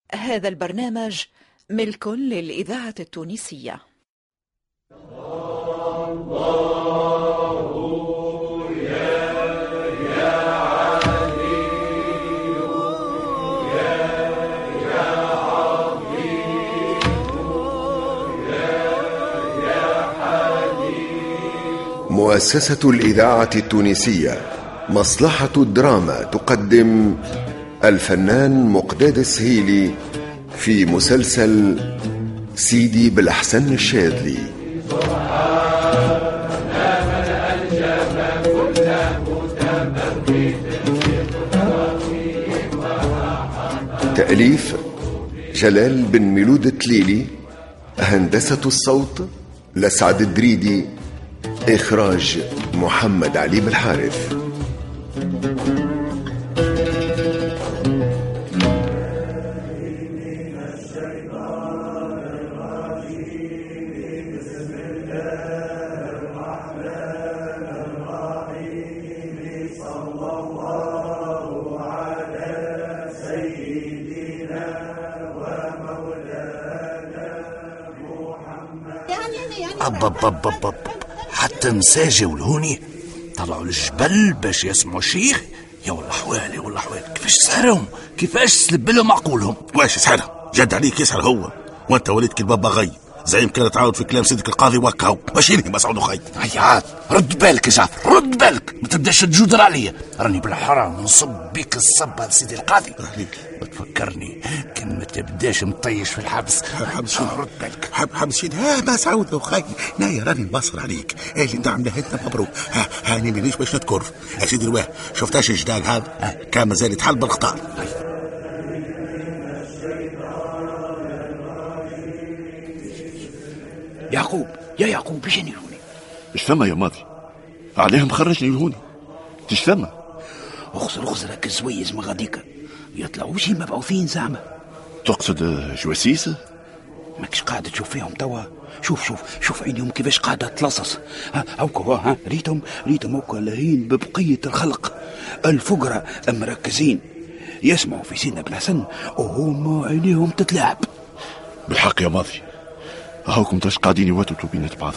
هذا البرنامج ملك للإذاعة التونسية. مؤسسة الإذاعة التونسية مصلحة الدراما تقدم الفنان مقداد السهيلي في مسلسل سيدي بالحسن الشاذلي. تأليف جلال بن ميلود التليلي، هندسة الصوت لسعد الدريدي، إخراج محمد علي بالحارث. أب حتى مساجة والهوني طلعوا للجبل باش يسمعوا الشيخ. يا والله حوالي والله حوالي، كيفاش سحرهم، كيفاش سلب لهم عقولهم. واش سحرهم؟ جد عليك يسحر هو، وانت وليد كالبابا غي زعيم كان تعاود في كلام سيدك القاضي وكاو. واش ينهي مسعود خي؟ هيا رد بالك يا جعفر، رد بالك، ما تبداش تجودر عليا، راني بالحرام نصب بيك الصبة لسيدي القاضي. ما تفكرني كان ما تبداش مطيش في الحبس. رد بالك. حبس شين؟ مسعود وخي نايا راني نبصر عليك. اللي انت عامله انت مبروك. هاني مانيش باش نذكر يا سيدي الواه. شفتاش الجداق هذا كان مازال يتحل بالخطار. يا يعقوب بيجيني هوني. ايش ثم يا ماضي؟ عليهم خرجني لهوني. ايش ثم؟ اخزر هكا زويز ما غاديك يطلعوا شي مبعوثين زعما. تقصد جواسيس؟ ماكش قاعد تشوف فيهم توا؟ شوف عينيهم كيفاش قاعده تلصص. هاوكا ريتهم هاوكا لاهين ببقيه الخلق. الفقراء مركزين يسمعوا في سيدنا بن حسن وهم عينيهم تتلاعب. بالحق يا ماضي، هاوكم تاش قاعدين يواتوا بين بعض.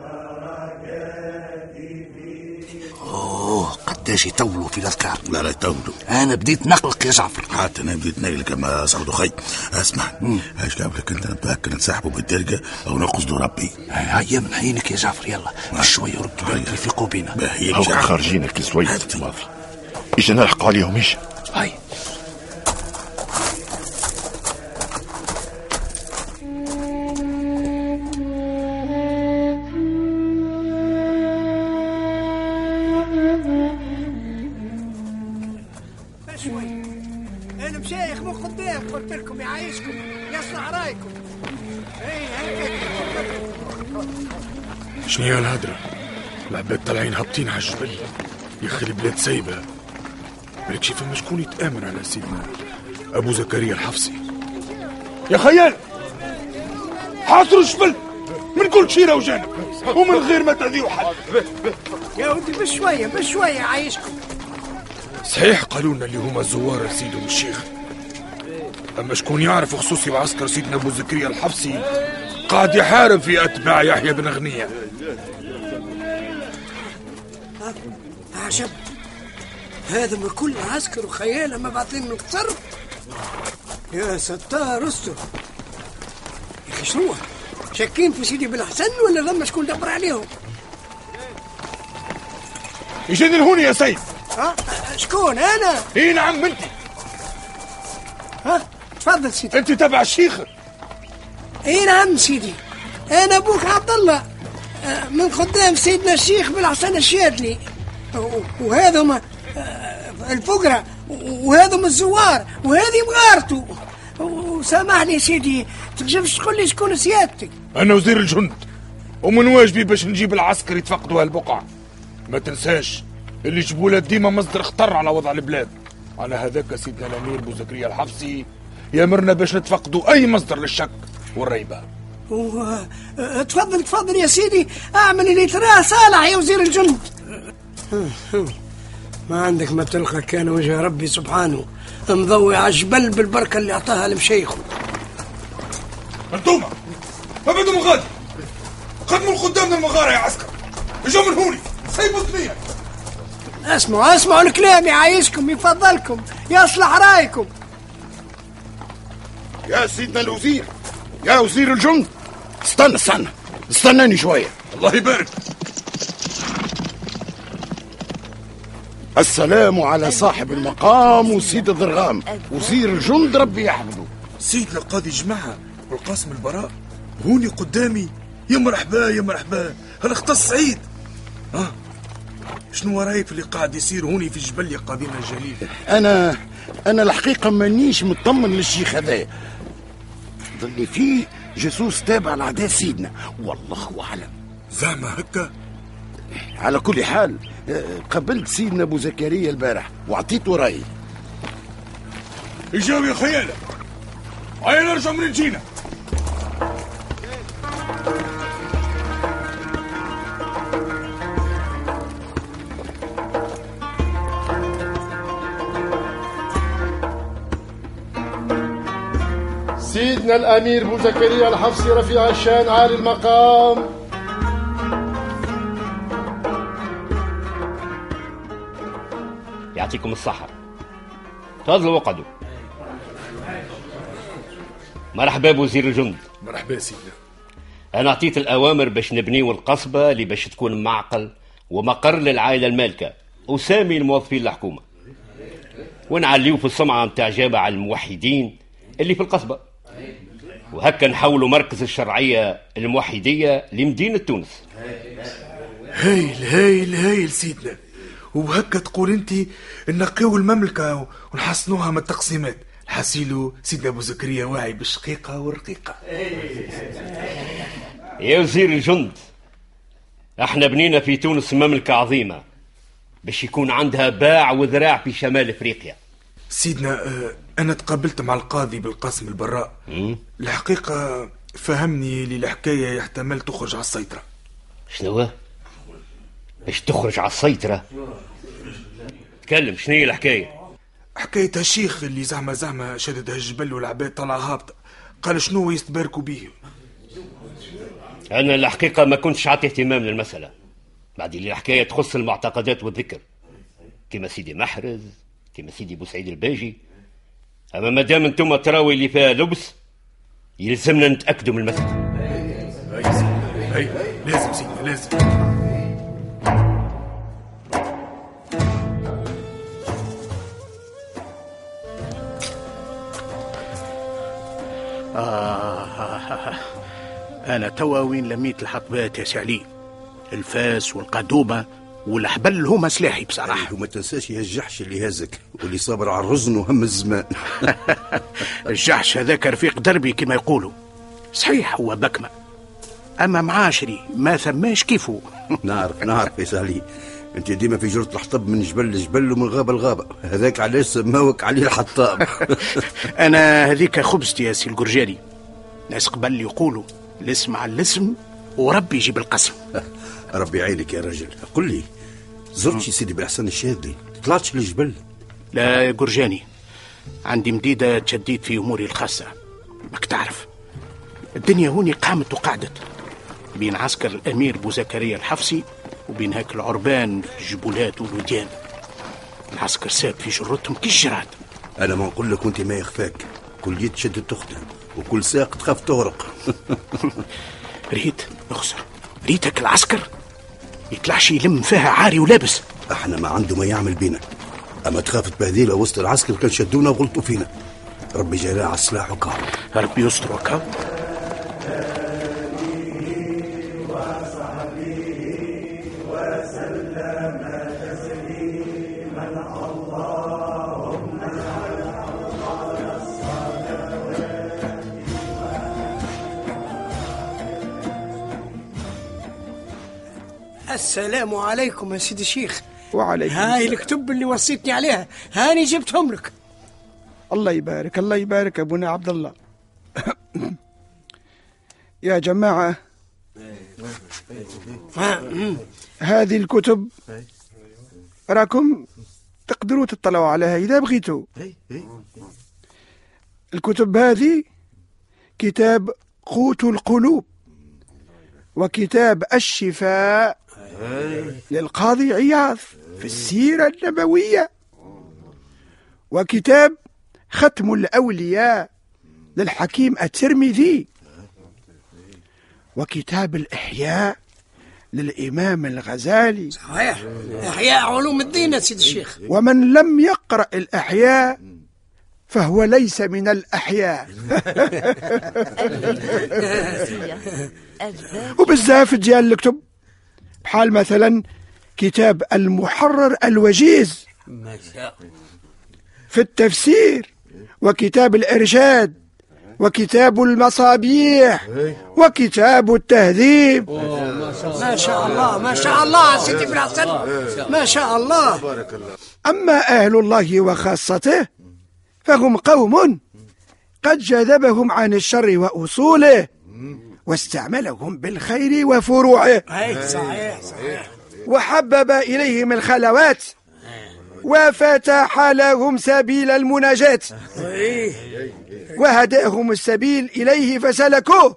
قداش يطولوا في الاذكار. لا يطولوا. انا بديت نقلق يا جعفر. حتى انا بديت نقلق اما سعود خي. اسمع، ايش قبلك انت نتاكد نسحبوا بالدرجه او نقصدوا ربي؟ هيا من حينك يا جعفر، يلا شويه رد بالك يفيقوا بينا. هاوكم خارجين الكسويت ماضي، ايش نلحقوا عليهم ايش؟ هاي انا مشايخ من قدام قلت لكم يعيشكم يصلح رايكم. شنو هي الهدرة؟ العباد طالعين هابطين على الجبل يا اخي، البلاد سايبه. مالك شي فما شكون يتآمر على سيدنا ابو زكريا الحفصي. يا خيال حاصروا الجبل من كل شيره وجانب ومن غير ما تأذيوا حد. يا ودي بشويه عايشكم. صحيح قالوا لنا اللي هما زوار سيدهم الشيخ، اما شكون يعرف خصوصي بعسكر سيدنا ابو زكريا الحفصي قاعد يحارب في اتباع يحيى بن غنية. عجب، هذا ما كل عسكر وخياله ما بعطين من قصر. يا ستار استر يا اخي، شنو شاكين في سيدي بن حسن ولا ثم شكون دبر عليهم؟ يجيني لهوني يا سيد. شكون انا؟ اي نعم انت. تفضل سيدي. انت تبع الشيخ؟ اي نعم سيدي، انا ابوك عبد الله من خدام سيدنا الشيخ بالحسن الشاذلي، وهذم الفقراء وهذم الزوار وهذه مغارته. وسامحني سيدي، تقدرش تقول لي شكون سيادتك؟ انا وزير الجند، ومن واجبي باش نجيب العسكر يتفقدوا هالبقعة. ما تنساش اللي جبوله ديما مصدر خطر على وضع البلاد. على هذاك سيدنا الامير ابو زكريا الحفصي يامرنا باش نتفقدوا اي مصدر للشك والريبه. تفضل يا سيدي، اعمل اللي تراه صالح يا وزير الجند. ما عندك ما تلقى، كان وجه ربي سبحانه مضوي على الجبل بالبركة اللي أعطاها لمشيخه. انتوما ابعدوا من غادي، خدموا الخدام المغارة يا عسكر، اجوا من هوني سيبوا ثنية. اسمعوا الكلام يعيشكم يفضلكم يصلح رايكم. يا سيدنا الوزير، يا وزير الجند، استناني شوية. الله يبارك. السلام على صاحب المقام وسيد الضرغام وزير الجند، ربي يحفظه. سيدنا القاضي جماعة والقاسم البراء هوني قدامي. يا مرحبا يا مرحبا، هل اختص سعيد؟ شنو رايك في اللي قاعد يصير هوني في الجبل يا قاضينا الجليل؟ انا الحقيقة مانيش مطمن للشيخ هذا، ظلي فيه جاسوس تابع لعداء سيدنا، والله اعلم. زعما هكا؟ على كل حال قبلت سيدنا ابو زكريا البارح واعطيته رايي. اجاوب يا خيالة، هيا نرجع من جينا. سيدنا الأمير أبو زكريا الحفصي رفيع الشان عالي المقام، يعطيكم الصحة، تفضلوا وقعدوا. مرحبا بوزير الجند. مرحبا سيدنا. أنا أعطيت الأوامر باش نبنيو القصبة اللي باش تكون معقل ومقر للعائلة المالكة وسامي الموظفين الحكومة، ونعليو في السمعة متاع جامع الموحدين اللي في القصبة، وهكا نحولوا مركز الشرعية الموحدية لمدينة تونس. هايل هايل هايل سيدنا. وهكا تقول انت نقيو المملكة ونحسنوها من التقسيمات. حسيلو سيدنا ابو زكريا واعي بالشقيقة والرقيقة. يا وزير الجند، احنا بنينا في تونس مملكة عظيمة باش يكون عندها باع وذراع في شمال افريقيا. سيدنا انا تقابلت مع القاضي بالقاسم البراء. الحقيقة فهمني للحكاية يحتمل تخرج على السيطرة. شنو باش تخرج على السيطرة؟ تكلم، شنو هي الحكاية؟ حكاية الشيخ اللي زعما شدد هالجبل والعباد طلع هابطة، قال شنو يستباركوا بيه. أنا الحقيقة ما كنتش عاطي اهتمام للمسألة، بعد اللي الحكاية تخص المعتقدات والذكر كما سيدي محرز كما سيدي بوسعيد الباجي. أما مادام انتم تراوي اللي فيها لبس يلزمنا نتأكدوا من المسألة. هاي لازم سيدنا لازم. أنا توا وين لميت الحطبات يا سعلي، الفاس والقدومة والحبل هما سلاحي بصراحة. وما تنساش يا الجحش اللي هزك واللي صابر على الرزن وهم الزمان. الجحش هذاك رفيق دربي كما يقولوا، صحيح هو بكمة أما معاشري ما ثماش كيفه. نعرف يا سعلي، انت ديما في جرة الحطب من جبل لجبل ومن غابة لغابة، هذاك علاش سماوك علي الحطاب. أنا هذيك خبزتي يا سي الجرجاني، ناس قبل يقولوا الاسم على الاسم وربي يجيب القسم. ربي يعينك يا رجل. قل لي، زرتي سيدي بالحسن الشاذلي؟ طلعتش للجبل؟ لا يا جرجاني، عندي مديدة تشديد في أموري الخاصة، ماك تعرف الدنيا هوني قامت وقعدت بين عسكر الأمير أبو زكريا الحفصي وبين هاك العربان في الجبولات والوديان. العسكر ساب في جرتهم كالجراد. أنا ما نقول لك وانت ما يخفاك، كل يد شدت تخدم وكل ساق تخاف تغرق. ريت اخسر ريتك العسكر يطلعش يلم فيها عاري ولابس. احنا ما عنده ما يعمل بينا، اما تخاف تبهديله وسط العسكر كان شدونا وغلطوا فينا. ربي جرى على السلاح وكاو. ربي يستر وكاو. السلام عليكم يا سيدي الشيخ. وعليكم هاي الكتب اللي وصيتني عليها هاني جبتهم لك. الله يبارك الله يبارك ابونا عبد الله. يا جماعة هذه الكتب راكم تقدروا تطلعوا عليها إذا بغيتوا. الكتب هذه كتاب قوت القلوب، وكتاب الشفاء للقاضي عياض في السيرة النبوية، وكتاب ختم الأولياء للحكيم الترمذي، وكتاب الإحياء للإمام الغزالي. صحيح، إحياء علوم الدين يا سيد الشيخ. ومن لم يقرأ الأحياء فهو ليس من الأحياء. وبزاف ديال الكتب، بحال مثلا كتاب المحرر الوجيز في التفسير، وكتاب الإرشاد، وكتاب المصابيح، وكتاب التهذيب. ما شاء الله ما شاء الله سيدي بن حسن، ما شاء الله. أما أهل الله وخاصته فهم قوم قد جذبهم عن الشر وأصوله واستعملهم بالخير وفروعه، صحيح صحيح، وحبب إليهم الخلوات وفتح لهم سبيل المناجاة وهداهم السبيل إليه فسلكوه.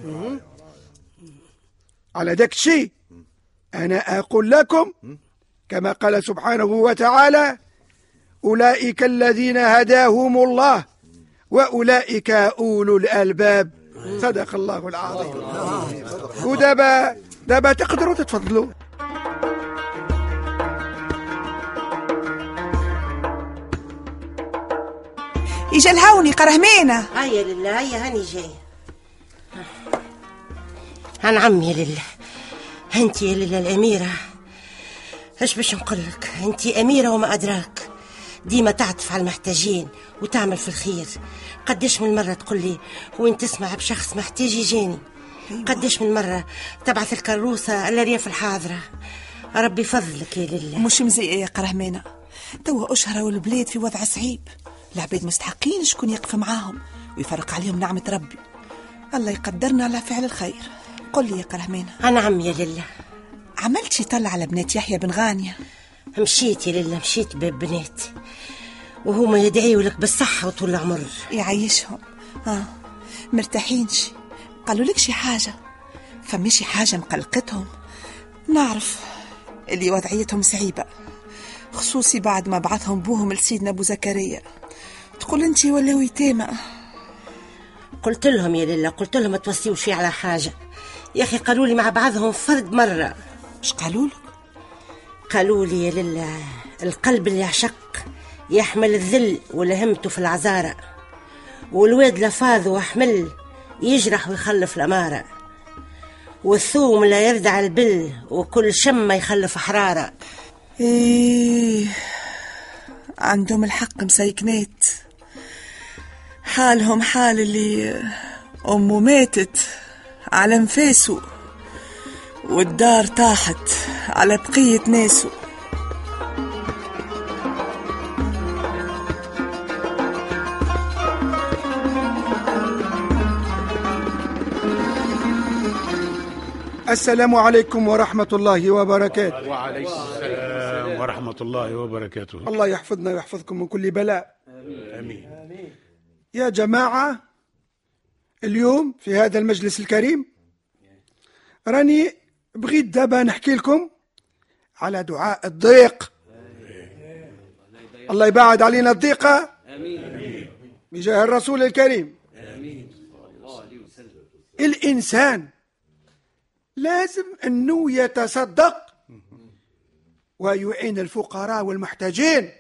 على ذاك الشيء أنا أقول لكم كما قال سبحانه وتعالى: أولئك الذين هداهم الله وأولئك أولو الألباب. صدق الله العظيم. ودابا تقدروا تتفضلوا. إجا الهوني قرهمينة. هيا لله، هيا هاني جاي. هنعم يا لله، انت يا لله الأميرة. ايش باش نقولك، انت أميرة وما أدراك، ديما تعطف على المحتاجين وتعمل في الخير. قديش من مرة تقول لي وين تسمع بشخص محتاج يجيني، قديش من مرة تبعث الكروسة الرياف الحاضرة. ربي فضلك يا لله. مش مزيئة يا قرهمينة، توا أشهر والبلاد في وضع صعيب، العباد مستحقين شكون يقف معاهم ويفرق عليهم نعمة ربي. الله يقدرنا على فعل الخير. قل لي يا قرهمينة. نعم يا لله. عملت شي طلع على بنات يحيى بن غانية؟ مشيت يا لله، مشيت ببناتي وهما يدعيوا لك بالصحة وطول العمر. يعيشهم. مرتاحينش؟ قالوا لك شي حاجة؟ فما شي حاجة مقلقتهم؟ نعرف اللي وضعيتهم صعيبة، خصوصي بعد ما بعثهم بوهم لسيدنا أبو زكريا. تقول انت ولا يتامى؟ قلت لهم يا لله، قلت لهم ما توصيوش فيه على حاجة يا أخي. قالوا لي مع بعضهم فرد مرة. مش قالوا لك؟ قالوا لي يا لله القلب اللي يعشق يحمل الذل ولهمته في العزارة، والواد لفاظ وحمل يجرح ويخلف الأمارة، والثوم لا يردع البل وكل شم يخلف حرارة. عندهم الحق مسيكنات، حالهم حال اللي أمه ماتت على نفاسه والدار طاحت على بقية ناسه. السلام عليكم ورحمة الله وبركاته. وعليكم السلام ورحمة الله وبركاته. الله يحفظنا ويحفظكم من كل بلاء. آمين. يا جماعة، اليوم في هذا المجلس الكريم راني بغيت دابا نحكي لكم على دعاء الضيق. الله يبعد علينا الضيقة بجاه الرسول الكريم. الإنسان لازم أنه يتصدق ويعين الفقراء والمحتاجين،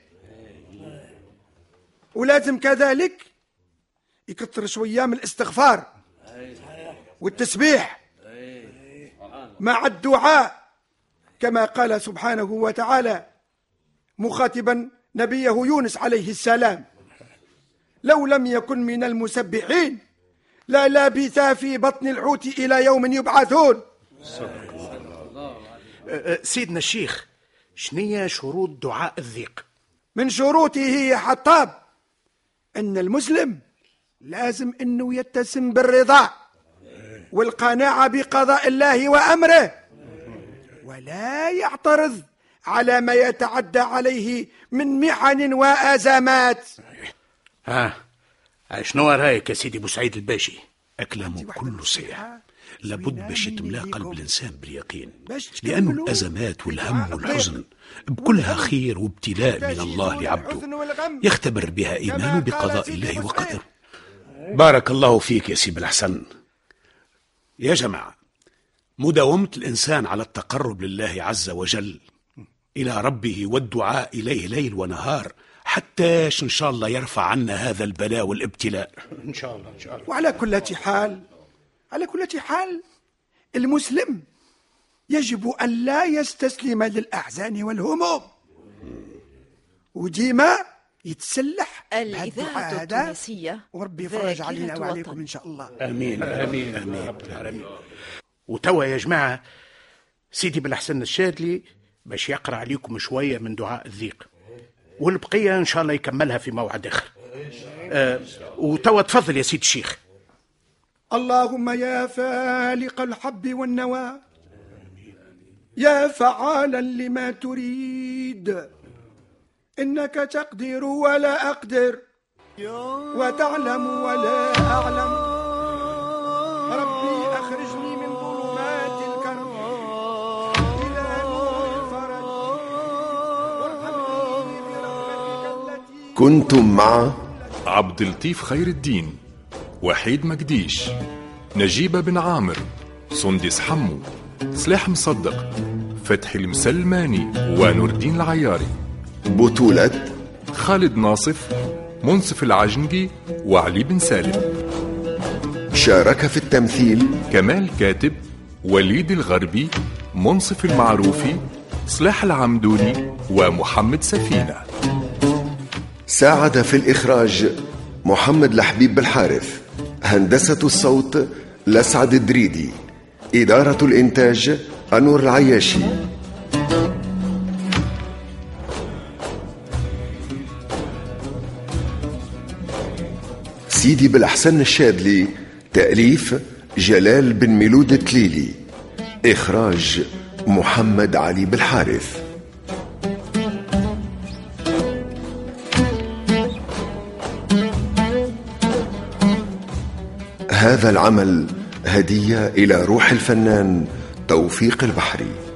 ولازم كذلك يكثر شوية من الاستغفار والتسبيح مع الدعاء، كما قال سبحانه وتعالى مخاطبا نبيه يونس عليه السلام: لو لم يكن من المسبحين لا لابث في بطن الحوت إلى يوم يبعثون. سيدنا الشيخ، شنية شروط دعاء الضيق؟ من شروطه يا حطاب أن المسلم لازم أنه يتسم بالرضا والقناعة بقضاء الله وأمره، ولا يعترض على ما يتعدى عليه من محن وأزمات. شنو رايك يا سيدي بوسعيد الباشي؟ أكلامه كله صحيح، لابد باش يتملا قلب الإنسان باليقين، لأن الأزمات والهم والحزن بكلها خير وابتلاء من الله لعبده يختبر بها إيمانه بقضاء الله وقدره. بارك الله فيك يا سيب الحسن. يا جماعة، مداومة الإنسان على التقرب لله عز وجل إلى ربه والدعاء إليه ليل ونهار حتى إن شاء الله يرفع عنا هذا البلاء والابتلاء إن شاء الله إن شاء الله. وعلى كل حال المسلم يجب أن لا يستسلم للأحزان والهموم، وديما يتسلح الإذاعة التونسية وربي يفرج علينا وعليكم إن شاء الله. آمين آمين آمين. وتوا يا جماعة سيدي بالحسن الشاذلي باش يقرأ عليكم شوية من دعاء الضيق، والبقية إن شاء الله يكملها في موعد آخر. وتوا تفضل يا سيد الشيخ. اللهم يا فالق الحب والنوى، يا فعالا لما تريد، إنك تقدر ولا أقدر، وتعلم ولا أعلم، ربي أخرجني من ظلمات الكرب إلى نور الفرج، وارحمني برحمتك التي. كنتم مع عبد اللطيف خير الدين، وحيد مقديش، نجيب بن عامر، سندس حمو، سلاح مصدق، فتحي المسلماني، ونور الدين العياري. بطولة خالد ناصف، منصف العجنقي، وعلي بن سالم. شارك في التمثيل كمال كاتب، وليد الغربي، منصف المعروفي، صلاح العمدوني، ومحمد سفينة. ساعد في الإخراج محمد لحبيب بالحارث، هندسة الصوت لسعد الدريدي، إدارة الإنتاج أنور العياشي. سيدي بالحسن الشاذلي، تأليف جلال بن ميلود التليلي، إخراج محمد علي بالحارث. هذا العمل هدية إلى روح الفنان توفيق البحري.